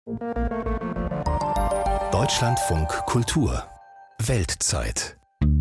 Deutschlandfunk Kultur Weltzeit.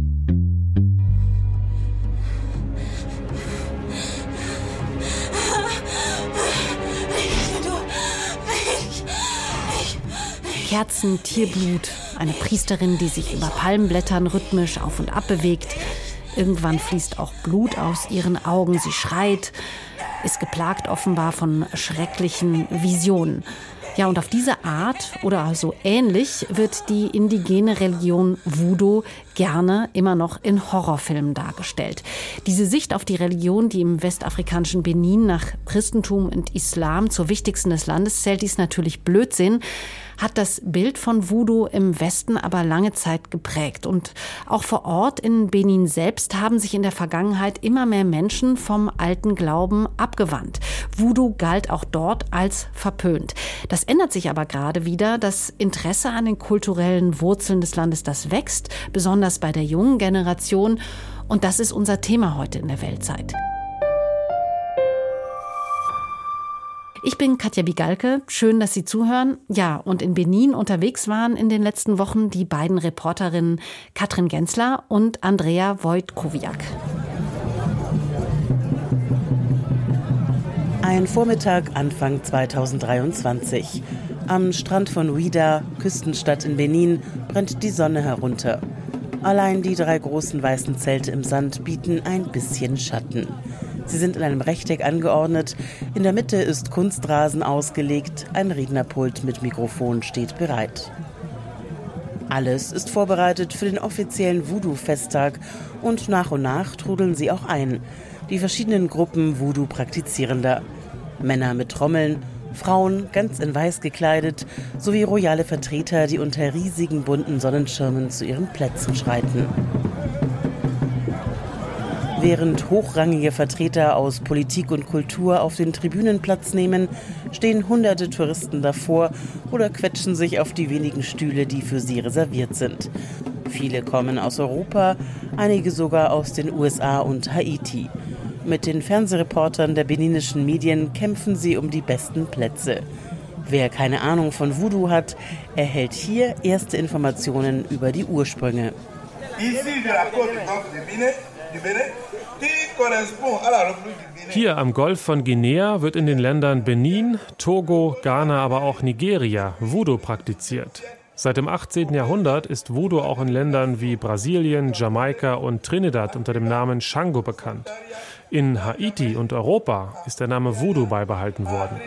Kerzen, Tierblut, eine Priesterin, die sich über Palmblättern rhythmisch auf und ab bewegt. Irgendwann fließt auch Blut aus ihren Augen. Sie schreit, ist geplagt offenbar von schrecklichen Visionen. Ja, und auf diese Art oder so ähnlich wird die indigene Religion Voodoo gerne immer noch in Horrorfilmen dargestellt. Diese Sicht auf die Religion, die im westafrikanischen Benin nach Christentum und Islam zur wichtigsten des Landes zählt, ist natürlich Blödsinn, hat das Bild von Voodoo im Westen aber lange Zeit geprägt. Und auch vor Ort in Benin selbst haben sich in der Vergangenheit immer mehr Menschen vom alten Glauben abgewandt. Voodoo galt auch dort als verpönt. Das ändert sich aber gerade wieder. Das Interesse an den kulturellen Wurzeln des Landes, das wächst, besonders bei der jungen Generation. Und das ist unser Thema heute in der Weltzeit. Ich bin Katja Bigalke. Schön, dass Sie zuhören. Ja, und in Benin unterwegs waren in den letzten Wochen die beiden Reporterinnen Katrin Gensler und Andrea Wojtkowiak. Ein Vormittag Anfang 2023. Am Strand von Ouidah, Küstenstadt in Benin, brennt die Sonne herunter. Allein die 3 großen weißen Zelte im Sand bieten ein bisschen Schatten. Sie sind in einem Rechteck angeordnet. In der Mitte ist Kunstrasen ausgelegt. Ein Rednerpult mit Mikrofon steht bereit. Alles ist vorbereitet für den offiziellen Voodoo-Festtag und nach trudeln sie auch ein. Die verschiedenen Gruppen Voodoo-Praktizierender. Männer mit Trommeln, Frauen ganz in weiß gekleidet, sowie royale Vertreter, die unter riesigen bunten Sonnenschirmen zu ihren Plätzen schreiten. Während hochrangige Vertreter aus Politik und Kultur auf den Tribünen Platz nehmen, stehen hunderte Touristen davor oder quetschen sich auf die wenigen Stühle, die für sie reserviert sind. Viele kommen aus Europa, einige sogar aus den USA und Haiti. Mit den Fernsehreportern der beninischen Medien kämpfen sie um die besten Plätze. Wer keine Ahnung von Voodoo hat, erhält hier erste Informationen über die Ursprünge. Hier am Golf von Guinea wird in den Ländern Benin, Togo, Ghana, aber auch Nigeria Voodoo praktiziert. Seit dem 18. Jahrhundert ist Voodoo auch in Ländern wie Brasilien, Jamaika und Trinidad unter dem Namen Shango bekannt. In Haiti und Europa ist der Name Voodoo beibehalten worden.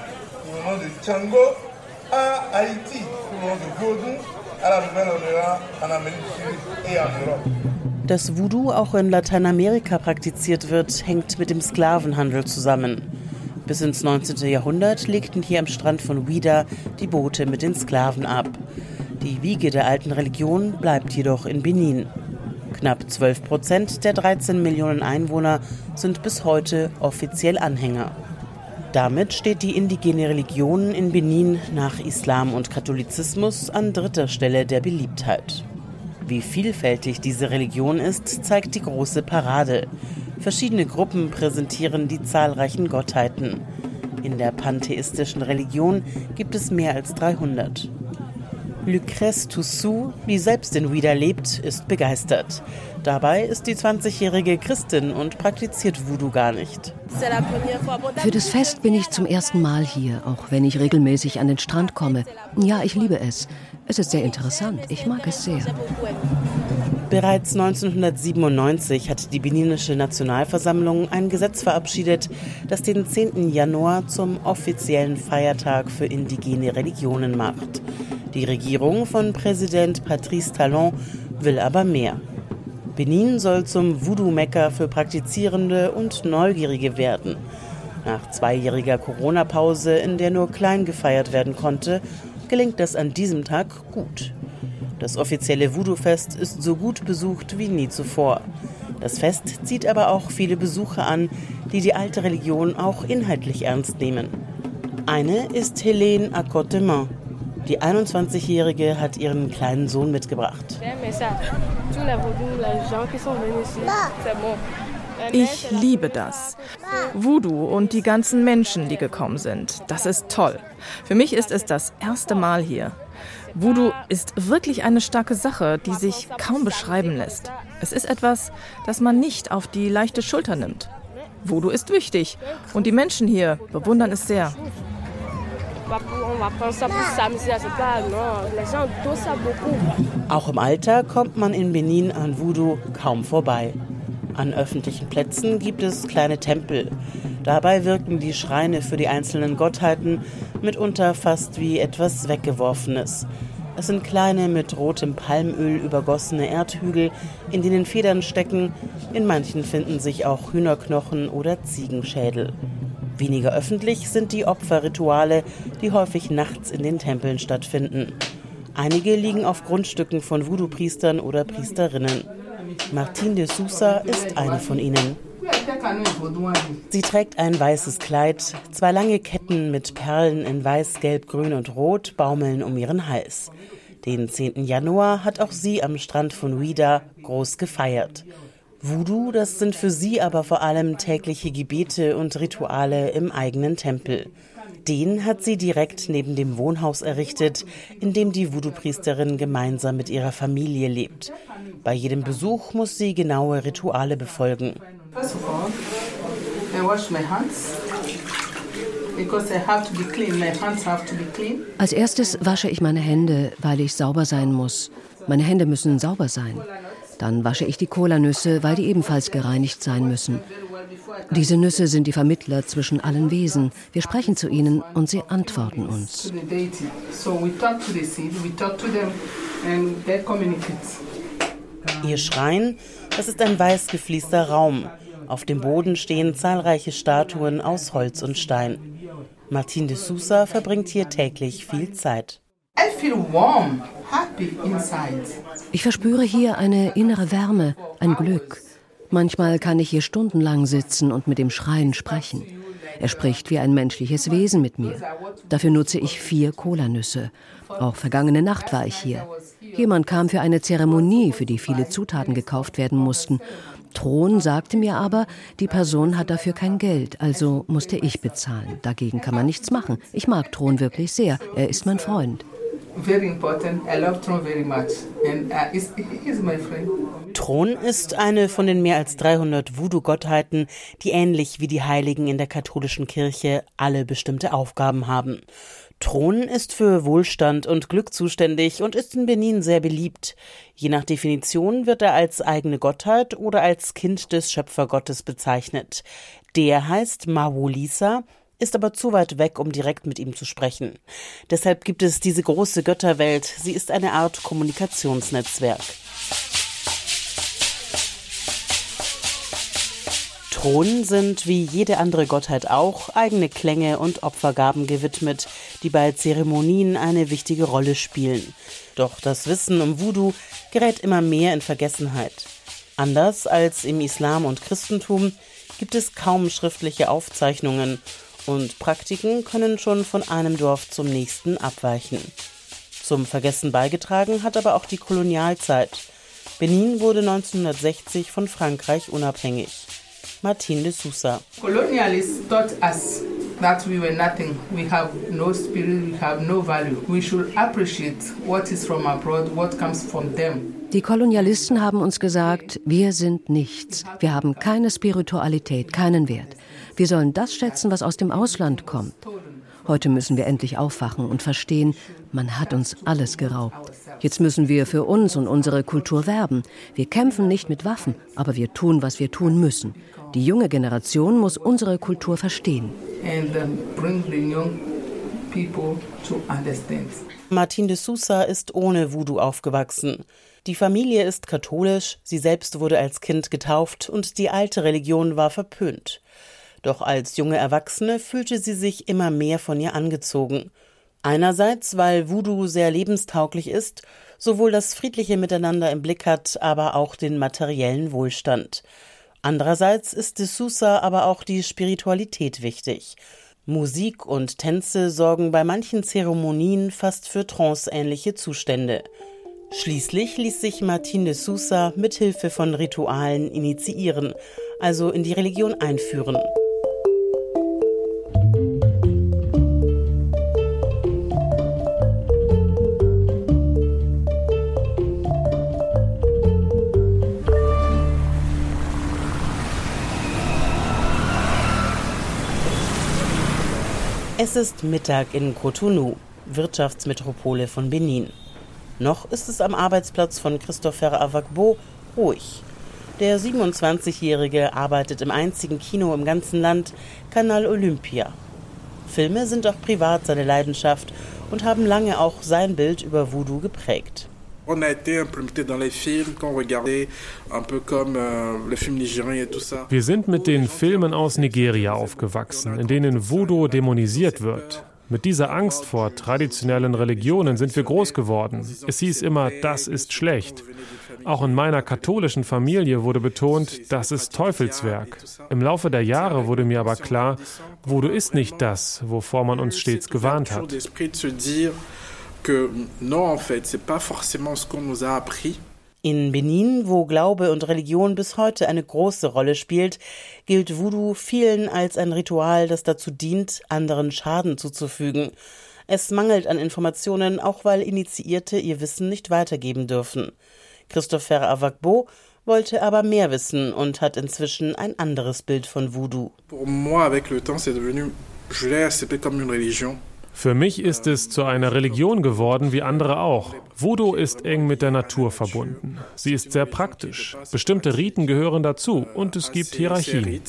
Dass Voodoo auch in Lateinamerika praktiziert wird, hängt mit dem Sklavenhandel zusammen. Bis ins 19. Jahrhundert legten hier am Strand von Ouidah die Boote mit den Sklaven ab. Die Wiege der alten Religion bleibt jedoch in Benin. Knapp 12% der 13 Millionen Einwohner sind bis heute offiziell Anhänger. Damit steht die indigene Religion in Benin nach Islam und Katholizismus an 3. Stelle der Beliebtheit. Wie vielfältig diese Religion ist, zeigt die große Parade. Verschiedene Gruppen präsentieren die zahlreichen Gottheiten. In der pantheistischen Religion gibt es mehr als 300. Lucrèce Toussou, die selbst in Ouidah lebt, ist begeistert. Dabei ist die 20-jährige Christin und praktiziert Voodoo gar nicht. Für das Fest bin ich zum ersten Mal hier, auch wenn ich regelmäßig an den Strand komme. Ja, ich liebe es. Es ist sehr interessant. Ich mag es sehr. Bereits 1997 hat die beninische Nationalversammlung ein Gesetz verabschiedet, das den 10. Januar zum offiziellen Feiertag für indigene Religionen macht. Die Regierung von Präsident Patrice Talon will aber mehr. Benin soll zum Voodoo-Mekka für Praktizierende und Neugierige werden. Nach 2-jähriger Corona-Pause, in der nur klein gefeiert werden konnte, gelingt das an diesem Tag gut. Das offizielle Voodoo-Fest ist so gut besucht wie nie zuvor. Das Fest zieht aber auch viele Besucher an, die die alte Religion auch inhaltlich ernst nehmen. Eine ist Hélène Acotemin. Die 21-Jährige hat ihren kleinen Sohn mitgebracht. Ich liebe das. Voodoo und die ganzen Menschen, die gekommen sind, das ist toll. Für mich ist es das erste Mal hier. Voodoo ist wirklich eine starke Sache, die sich kaum beschreiben lässt. Es ist etwas, das man nicht auf die leichte Schulter nimmt. Voodoo ist wichtig und die Menschen hier bewundern es sehr. Auch im Alltag kommt man in Benin an Voodoo kaum vorbei. An öffentlichen Plätzen gibt es kleine Tempel. Dabei wirken die Schreine für die einzelnen Gottheiten mitunter fast wie etwas Weggeworfenes. Es sind kleine, mit rotem Palmöl übergossene Erdhügel, in denen Federn stecken. In manchen finden sich auch Hühnerknochen oder Ziegenschädel. Weniger öffentlich sind die Opferrituale, die häufig nachts in den Tempeln stattfinden. Einige liegen auf Grundstücken von Voodoo-Priestern oder Priesterinnen. Martine de Sousa ist eine von ihnen. Sie trägt ein weißes Kleid, 2 lange Ketten mit Perlen in Weiß, Gelb, Grün und Rot baumeln um ihren Hals. Den 10. Januar hat auch sie am Strand von Ouidah groß gefeiert. Voodoo, das sind für sie aber vor allem tägliche Gebete und Rituale im eigenen Tempel. Den hat sie direkt neben dem Wohnhaus errichtet, in dem die Voodoo-Priesterin gemeinsam mit ihrer Familie lebt. Bei jedem Besuch muss sie genaue Rituale befolgen. Als erstes wasche ich meine Hände, weil ich sauber sein muss. Meine Hände müssen sauber sein. Dann wasche ich die Kolanüsse, weil die ebenfalls gereinigt sein müssen. Diese Nüsse sind die Vermittler zwischen allen Wesen. Wir sprechen zu ihnen und sie antworten uns. Ihr Schrein, das ist ein weiß gefliester Raum. Auf dem Boden stehen zahlreiche Statuen aus Holz und Stein. Martine de Sousa verbringt hier täglich viel Zeit. Ich verspüre hier eine innere Wärme, ein Glück. Manchmal kann ich hier stundenlang sitzen und mit dem Schrein sprechen. Er spricht wie ein menschliches Wesen mit mir. Dafür nutze ich 4 Kolanüsse. Auch vergangene Nacht war ich hier. Jemand kam für eine Zeremonie, für die viele Zutaten gekauft werden mussten. Thron sagte mir aber, die Person hat dafür kein Geld, also musste ich bezahlen. Dagegen kann man nichts machen. Ich mag Thron wirklich sehr. Er ist mein Freund. Thron ist eine von den mehr als 300 Voodoo-Gottheiten, die ähnlich wie die Heiligen in der katholischen Kirche alle bestimmte Aufgaben haben. Thron ist für Wohlstand und Glück zuständig und ist in Benin sehr beliebt. Je nach Definition wird er als eigene Gottheit oder als Kind des Schöpfergottes bezeichnet. Der heißt Mawulisa, ist aber zu weit weg, um direkt mit ihm zu sprechen. Deshalb gibt es diese große Götterwelt. Sie ist eine Art Kommunikationsnetzwerk. Thronen sind wie jede andere Gottheit auch eigene Klänge und Opfergaben gewidmet, die bei Zeremonien eine wichtige Rolle spielen. Doch das Wissen um Voodoo gerät immer mehr in Vergessenheit. Anders als im Islam und Christentum gibt es kaum schriftliche Aufzeichnungen und Praktiken können schon von einem Dorf zum nächsten abweichen. Zum Vergessen beigetragen hat aber auch die Kolonialzeit. Benin wurde 1960 von Frankreich unabhängig. Martine de Sousa. Colonialists taught us that we were nothing. We have no spirit, we have no value. We should appreciate what is from abroad, what comes from them. Die Kolonialisten haben uns gesagt, wir sind nichts. Wir haben keine Spiritualität, keinen Wert. Wir sollen das schätzen, was aus dem Ausland kommt. Heute müssen wir endlich aufwachen und verstehen, man hat uns alles geraubt. Jetzt müssen wir für uns und unsere Kultur werben. Wir kämpfen nicht mit Waffen, aber wir tun, was wir tun müssen. Die junge Generation muss unsere Kultur verstehen. Martine de Sousa ist ohne Voodoo aufgewachsen. Die Familie ist katholisch, sie selbst wurde als Kind getauft und die alte Religion war verpönt. Doch als junge Erwachsene fühlte sie sich immer mehr von ihr angezogen. Einerseits, weil Voodoo sehr lebenstauglich ist, sowohl das friedliche Miteinander im Blick hat, aber auch den materiellen Wohlstand. Andererseits ist de Sousa aber auch die Spiritualität wichtig. Musik und Tänze sorgen bei manchen Zeremonien fast für tranceähnliche Zustände. Schließlich ließ sich Martine de Sousa mit Hilfe von Ritualen initiieren. also in die Religion einführen. Es ist Mittag in Cotonou, Wirtschaftsmetropole von Benin. Noch ist es am Arbeitsplatz von Christopher Avagbo ruhig. Der 27-Jährige arbeitet im einzigen Kino im ganzen Land, Canal Olympia. Filme sind auch privat seine Leidenschaft und haben lange auch sein Bild über Voodoo geprägt. Wir sind mit den Filmen aus Nigeria aufgewachsen, in denen Voodoo dämonisiert wird. Mit dieser Angst vor traditionellen Religionen sind wir groß geworden. Es hieß immer, das ist schlecht. Auch in meiner katholischen Familie wurde betont, das ist Teufelswerk. Im Laufe der Jahre wurde mir aber klar, Voodoo ist nicht das, wovor man uns stets gewarnt hat. In Benin, wo Glaube und Religion bis heute eine große Rolle spielt, gilt Voodoo vielen als ein Ritual, das dazu dient, anderen Schaden zuzufügen. Es mangelt an Informationen, auch weil Initiierte ihr Wissen nicht weitergeben dürfen. Christopher Avagbo wollte aber mehr wissen und hat inzwischen ein anderes Bild von Voodoo. Für mich ist es zu einer Religion geworden, wie andere auch. Voodoo ist eng mit der Natur verbunden. Sie ist sehr praktisch. Bestimmte Riten gehören dazu und es gibt Hierarchien.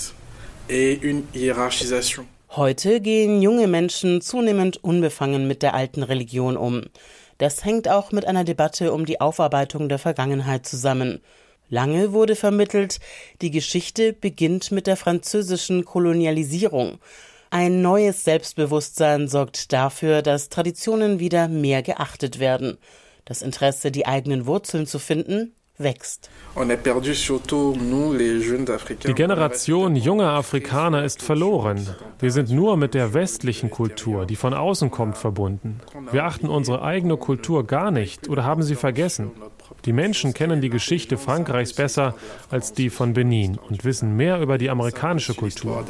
Heute gehen junge Menschen zunehmend unbefangen mit der alten Religion um. Das hängt auch mit einer Debatte um die Aufarbeitung der Vergangenheit zusammen. Lange wurde vermittelt, die Geschichte beginnt mit der französischen Kolonialisierung. Ein neues Selbstbewusstsein sorgt dafür, dass Traditionen wieder mehr geachtet werden. Das Interesse, die eigenen Wurzeln zu finden, wächst. Die Generation junger Afrikaner ist verloren. Wir sind nur mit der westlichen Kultur, die von außen kommt, verbunden. Wir achten unsere eigene Kultur gar nicht oder haben sie vergessen. Die Menschen kennen die Geschichte Frankreichs besser als die von Benin und wissen mehr über die amerikanische Kultur.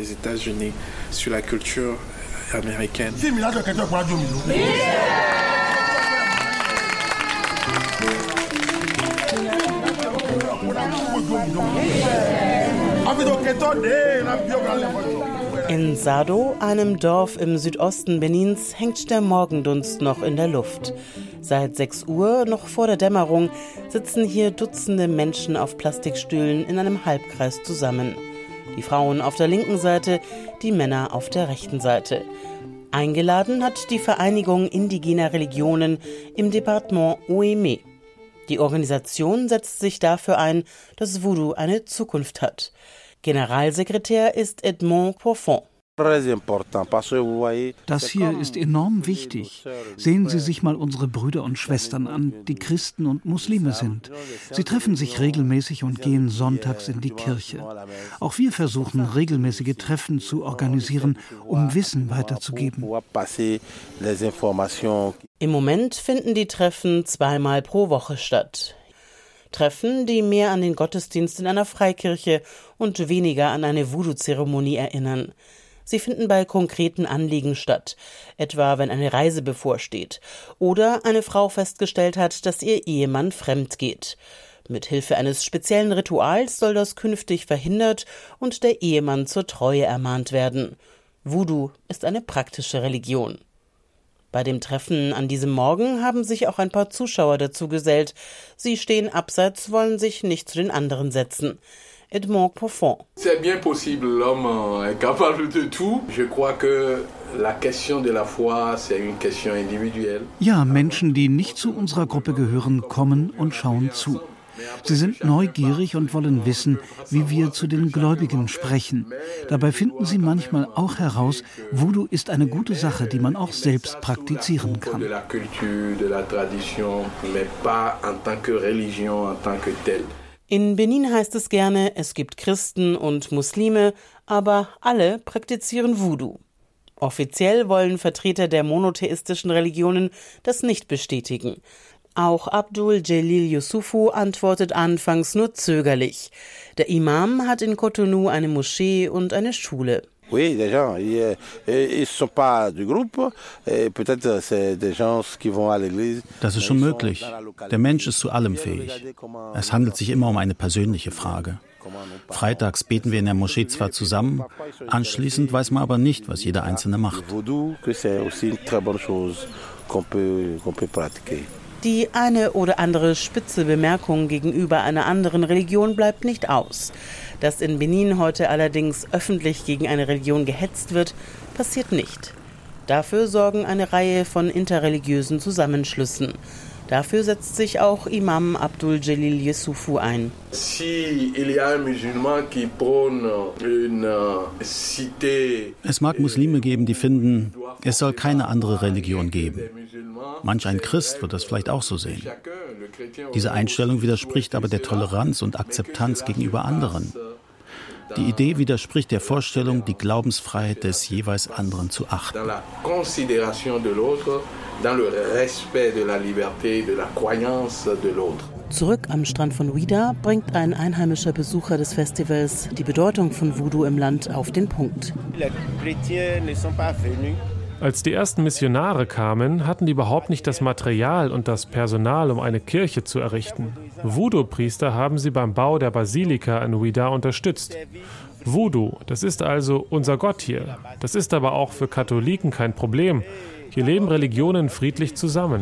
In Sado, einem Dorf im Südosten Benins, hängt der Morgendunst noch in der Luft. Seit 6 Uhr, noch vor der Dämmerung, sitzen hier Dutzende Menschen auf Plastikstühlen in einem Halbkreis zusammen. Die Frauen auf der linken Seite, die Männer auf der rechten Seite. Eingeladen hat die Vereinigung indigener Religionen im Departement Ouémé. Die Organisation setzt sich dafür ein, dass Voodoo eine Zukunft hat. Generalsekretär ist Edmond Profond. Das hier ist enorm wichtig. Sehen Sie sich mal unsere Brüder und Schwestern an, die Christen und Muslime sind. Sie treffen sich regelmäßig und gehen sonntags in die Kirche. Auch wir versuchen, regelmäßige Treffen zu organisieren, um Wissen weiterzugeben. Im Moment finden die Treffen 2-mal pro Woche statt. Treffen, die mehr an den Gottesdienst in einer Freikirche und weniger an eine Voodoo-Zeremonie erinnern. Sie finden bei konkreten Anliegen statt, etwa wenn eine Reise bevorsteht oder eine Frau festgestellt hat, dass ihr Ehemann fremd geht. Mit Hilfe eines speziellen Rituals soll das künftig verhindert und der Ehemann zur Treue ermahnt werden. Voodoo ist eine praktische Religion. Bei dem Treffen an diesem Morgen haben sich auch ein paar Zuschauer dazu gesellt. Sie stehen abseits, wollen sich nicht zu den anderen setzen. Edmond Profond. C'est bien possible, l'homme est capable de tout. Je crois que la question de la foi, c'est une question individuelle. Ja, Menschen, die nicht zu unserer Gruppe gehören, kommen und schauen zu. Sie sind neugierig und wollen wissen, wie wir zu den Gläubigen sprechen. Dabei finden sie manchmal auch heraus, Voodoo ist eine gute Sache, die man auch selbst praktizieren kann. In Benin heißt es gerne, es gibt Christen und Muslime, aber alle praktizieren Voodoo. Offiziell wollen Vertreter der monotheistischen Religionen das nicht bestätigen. Auch Abdul Jalil Youssoufou antwortet anfangs nur zögerlich. Der Imam hat in Cotonou eine Moschee und eine Schule. Das ist schon möglich. Der Mensch ist zu allem fähig. Es handelt sich immer um eine persönliche Frage. Freitags beten wir in der Moschee zwar zusammen, anschließend weiß man aber nicht, was jeder Einzelne macht. Die eine oder andere spitze Bemerkung gegenüber einer anderen Religion bleibt nicht aus. Dass in Benin heute allerdings öffentlich gegen eine Religion gehetzt wird, passiert nicht. Dafür sorgen eine Reihe von interreligiösen Zusammenschlüssen. Dafür setzt sich auch Imam Abdul Jalil Youssoufou ein. Es mag Muslime geben, die finden, es soll keine andere Religion geben. Manch ein Christ wird das vielleicht auch so sehen. Diese Einstellung widerspricht aber der Toleranz und Akzeptanz gegenüber anderen. Die Idee widerspricht der Vorstellung, die Glaubensfreiheit des jeweils anderen zu achten. Zurück am Strand von Ouidah bringt ein einheimischer Besucher des Festivals die Bedeutung von Voodoo im Land auf den Punkt. Als die ersten Missionare kamen, hatten die überhaupt nicht das Material und das Personal, um eine Kirche zu errichten. Voodoo-Priester haben sie beim Bau der Basilika in Ouidah unterstützt. Voodoo, das ist also unser Gott hier. Das ist aber auch für Katholiken kein Problem. Hier leben Religionen friedlich zusammen.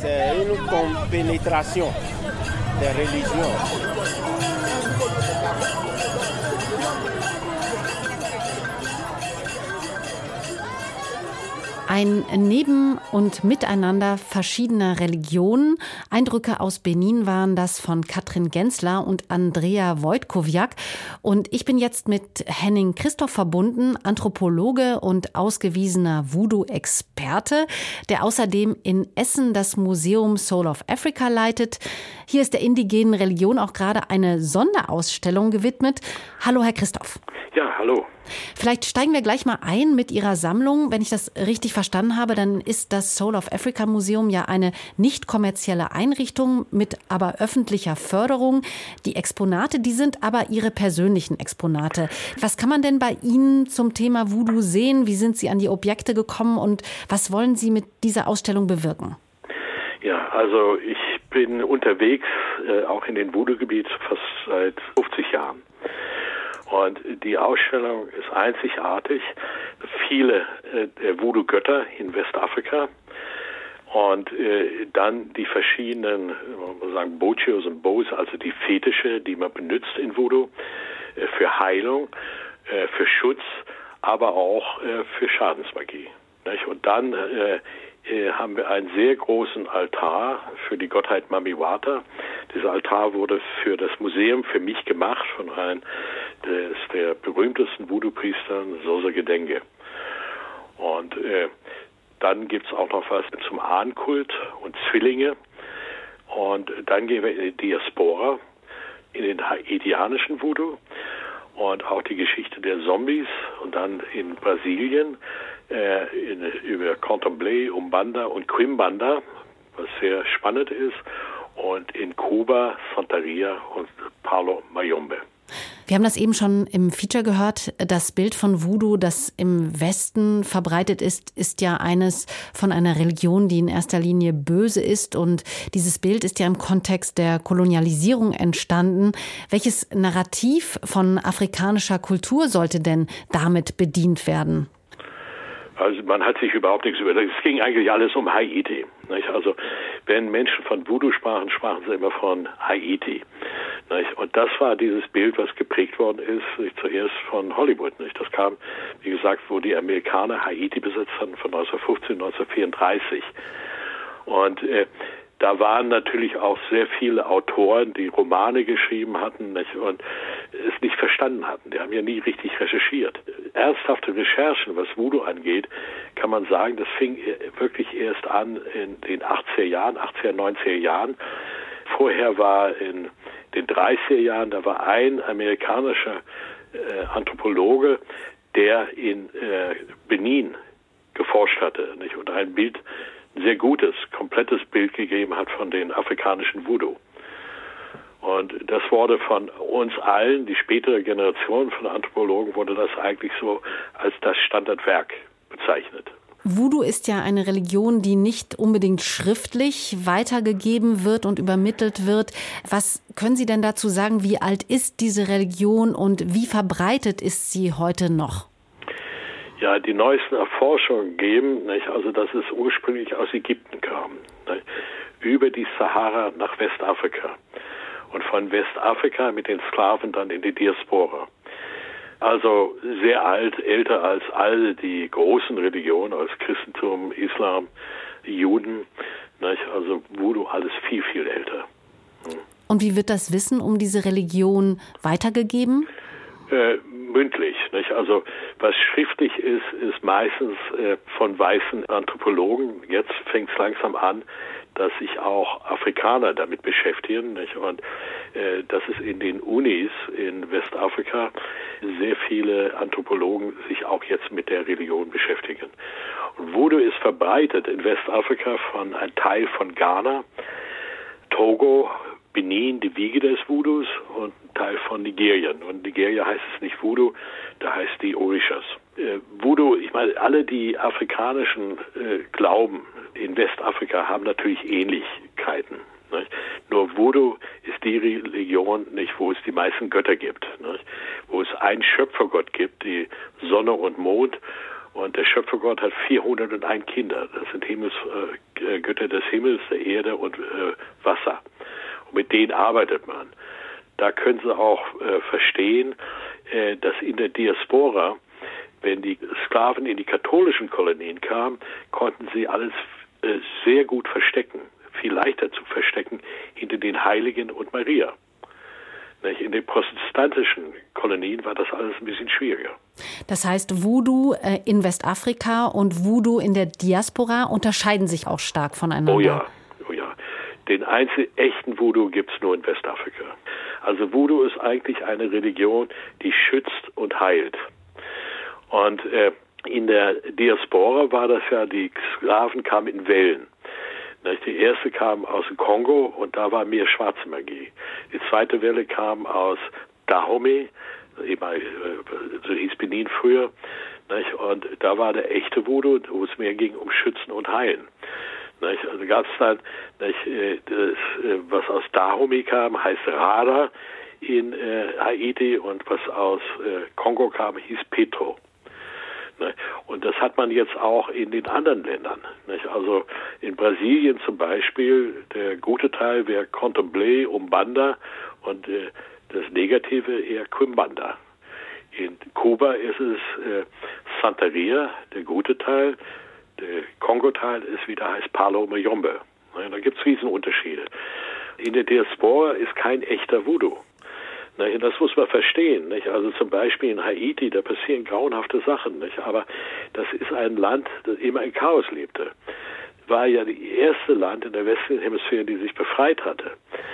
Ein Neben- und Miteinander verschiedener Religionen. Eindrücke aus Benin waren das von Katrin Gensler und Andrea Wojtkowiak. Und ich bin jetzt mit Henning Christoph verbunden, Anthropologe und ausgewiesener Voodoo-Experte, der außerdem in Essen das Museum Soul of Africa leitet. Hier ist der indigenen Religion auch gerade eine Sonderausstellung gewidmet. Hallo, Herr Christoph. Ja, hallo. Vielleicht steigen wir gleich mal ein mit Ihrer Sammlung. Wenn ich das richtig verstanden habe, dann ist das Soul of Africa Museum ja eine nicht kommerzielle Einrichtung mit aber öffentlicher Förderung. Die Exponate, die sind aber Ihre persönlichen Exponate. Was kann man denn bei Ihnen zum Thema Voodoo sehen? Wie sind Sie an die Objekte gekommen und was wollen Sie mit dieser Ausstellung bewirken? Ja, also ich bin unterwegs, auch in den Voodoo-Gebiet, fast seit 50 Jahren. Und die Ausstellung ist einzigartig. Viele Voodoo-Götter in Westafrika und dann die verschiedenen, man muss sagen, Bochios und Bos, also die Fetische, die man benutzt in Voodoo für Heilung, für Schutz, aber auch für Schadensmagie. Nicht? Und dann haben wir einen sehr großen Altar für die Gottheit Mamiwata. Dieser Altar wurde für das Museum für mich gemacht von einem der berühmtesten Voodoo-Priestern, Sosa Gedenge. Und dann gibt es auch noch was zum Ahnenkult und Zwillinge. Und dann gehen wir in die Diaspora, in den haitianischen Voodoo und auch die Geschichte der Zombies und dann in Brasilien über Candomblé, Umbanda und Quimbanda, was sehr spannend ist, und in Kuba, Santeria und Palo Mayombe. Wir haben das eben schon im Feature gehört. Das Bild von Voodoo, das im Westen verbreitet ist, ist ja eines von einer Religion, die in erster Linie böse ist. Und dieses Bild ist ja im Kontext der Kolonialisierung entstanden. Welches Narrativ von afrikanischer Kultur sollte denn damit bedient werden? Also man hat sich überhaupt nichts überlegt. Es ging eigentlich alles um Haiti. Nicht? Also wenn Menschen von Voodoo sprachen, sprachen sie immer von Haiti. Nicht? Und das war dieses Bild, was geprägt worden ist, nicht? Zuerst von Hollywood. Nicht? Das kam, wie gesagt, wo die Amerikaner Haiti besetzt hatten von 1915, 1934. Und da waren natürlich auch sehr viele Autoren, die Romane geschrieben hatten, nicht? Und es nicht verstanden hatten. Die haben ja nie richtig recherchiert. Ernsthafte Recherchen, was Voodoo angeht, kann man sagen, das fing wirklich erst an in den 80er Jahren, 90er Jahren. Vorher war in den 30er Jahren, da war ein amerikanischer Anthropologe, der in Benin geforscht hatte, nicht? Und ein Bild sehr gutes, komplettes Bild gegeben hat von den afrikanischen Voodoo. Und das wurde von uns allen, die spätere Generation von Anthropologen, wurde das eigentlich so als das Standardwerk bezeichnet. Voodoo ist ja eine Religion, die nicht unbedingt schriftlich weitergegeben wird und übermittelt wird. Was können Sie denn dazu sagen, wie alt ist diese Religion und wie verbreitet ist sie heute noch? Ja, die neuesten Erforschungen geben, nicht, also dass es ursprünglich aus Ägypten kam, nicht, über die Sahara nach Westafrika und von Westafrika mit den Sklaven dann in die Diaspora. Also sehr alt, älter als all die großen Religionen, als Christentum, Islam, Juden, nicht, also Voodoo alles viel, viel älter. Und wie wird das Wissen um diese Religion weitergegeben? Mündlich, nicht? Also was schriftlich ist meistens von weißen Anthropologen. Jetzt fängt es langsam an, dass sich auch Afrikaner damit beschäftigen, nicht? Und dass es in den Unis in Westafrika sehr viele Anthropologen sich auch jetzt mit der Religion beschäftigen. Und Voodoo ist verbreitet in Westafrika von einem Teil von Ghana, Togo, Benin, die Wiege des Voodoos, und ein Teil von Nigerien. Und Nigeria heißt es nicht Voodoo, da heißt die Orishas. Voodoo, ich meine, alle die afrikanischen Glauben in Westafrika haben natürlich Ähnlichkeiten. Nicht? Nur Voodoo ist die Religion, nicht, wo es die meisten Götter gibt. Nicht? Wo es einen Schöpfergott gibt, die Sonne und Mond. Und der Schöpfergott hat 401 Kinder. Das sind Götter des Himmels, der Erde und Wasser. Und mit denen arbeitet man. Da können Sie auch verstehen, dass in der Diaspora, wenn die Sklaven in die katholischen Kolonien kamen, konnten sie alles sehr gut verstecken. Viel leichter zu verstecken hinter den Heiligen und Maria. In den protestantischen Kolonien war das alles ein bisschen schwieriger. Das heißt, Voodoo in Westafrika und Voodoo in der Diaspora unterscheiden sich auch stark voneinander. Oh ja. Den einzigen echten Voodoo gibt es nur in Westafrika. Also Voodoo ist eigentlich eine Religion, die schützt und heilt. Und in der Diaspora war das ja, die Sklaven kamen in Wellen. Die erste kam aus dem Kongo und da war mehr schwarze Magie. Die zweite Welle kam aus Dahomey, so hieß Benin früher, und da war der echte Voodoo, wo es mehr ging um Schützen und Heilen. Also gab es dann, was aus Dahomey kam, heißt Rada in Haiti, und was aus Kongo kam, hieß Petro. Und das hat man jetzt auch in den anderen Ländern. Also in Brasilien zum Beispiel, der gute Teil wäre Candomblé, Umbanda, und das Negative eher Quimbanda. In Kuba ist es Santeria, der gute Teil. Der Kongo-Teil ist wieder heißt Palo Mayombe. Da gibt es Riesenunterschiede. In der Diaspora ist kein echter Voodoo. Das muss man verstehen. Also zum Beispiel in Haiti, da passieren grauenhafte Sachen. Aber das ist ein Land, das immer in Chaos lebte. War ja das erste Land in der westlichen Hemisphäre, die sich befreit hatte.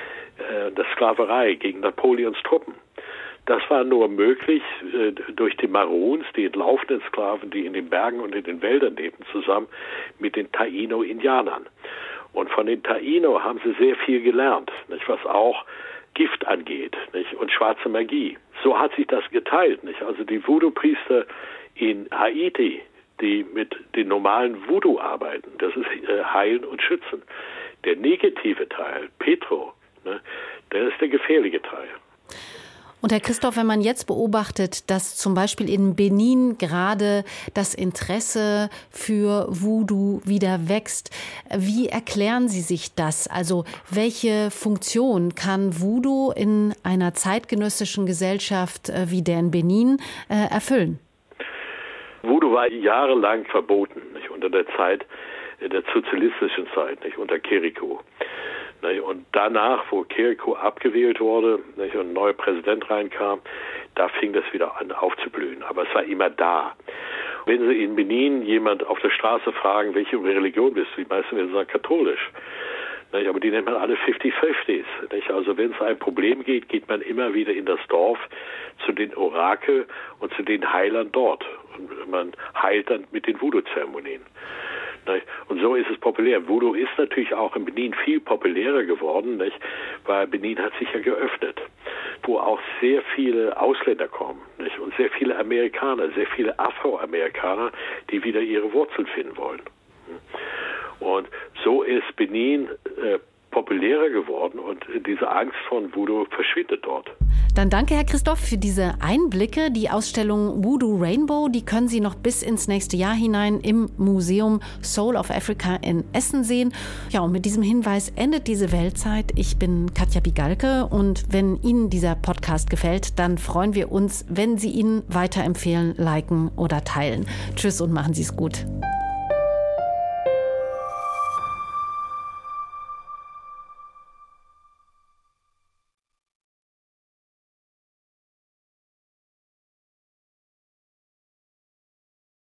Das Sklaverei gegen Napoleons Truppen. Das war nur möglich durch die Maroons, die entlaufenen Sklaven, die in den Bergen und in den Wäldern lebten, zusammen mit den Taino-Indianern. Und von den Taino haben sie sehr viel gelernt, was auch Gift angeht, und schwarze Magie. So hat sich das geteilt. Also die Voodoo-Priester in Haiti, die mit den normalen Voodoo arbeiten, das ist Heilen und Schützen. Der negative Teil, Petro, der ist der gefährliche Teil. Und Herr Christoph, wenn man jetzt beobachtet, dass zum Beispiel in Benin gerade das Interesse für Voodoo wieder wächst, wie erklären Sie sich das? Also welche Funktion kann Voodoo in einer zeitgenössischen Gesellschaft wie der in Benin erfüllen? Voodoo war jahrelang verboten, unter der Zeit, der sozialistischen Zeit, unter Quirico. Und danach, wo Quirico abgewählt wurde und ein neuer Präsident reinkam, da fing das wieder an aufzublühen. Aber es war immer da. Wenn Sie in Benin jemand auf der Straße fragen, welche Religion bist du, die meisten werden sagen katholisch. Aber die nennt man alle 50-50s. Also wenn es ein Problem geht, geht man immer wieder in das Dorf zu den Orakel und zu den Heilern dort. Und man heilt dann mit den Voodoo-Zeremonien. Und so ist es populär. Voodoo ist natürlich auch in Benin viel populärer geworden, nicht? Weil Benin hat sich ja geöffnet, wo auch sehr viele Ausländer kommen, nicht? Und sehr viele Amerikaner, sehr viele Afroamerikaner, die wieder ihre Wurzeln finden wollen. Und so ist Benin populärer geworden und diese Angst von Voodoo verschwindet dort. Dann danke, Herr Christoph, für diese Einblicke. Die Ausstellung Voodoo Rainbow, die können Sie noch bis ins nächste Jahr hinein im Museum Soul of Africa in Essen sehen. Ja, und mit diesem Hinweis endet diese Weltzeit. Ich bin Katja Bigalke und wenn Ihnen dieser Podcast gefällt, dann freuen wir uns, wenn Sie ihn weiterempfehlen, liken oder teilen. Tschüss und machen Sie es gut.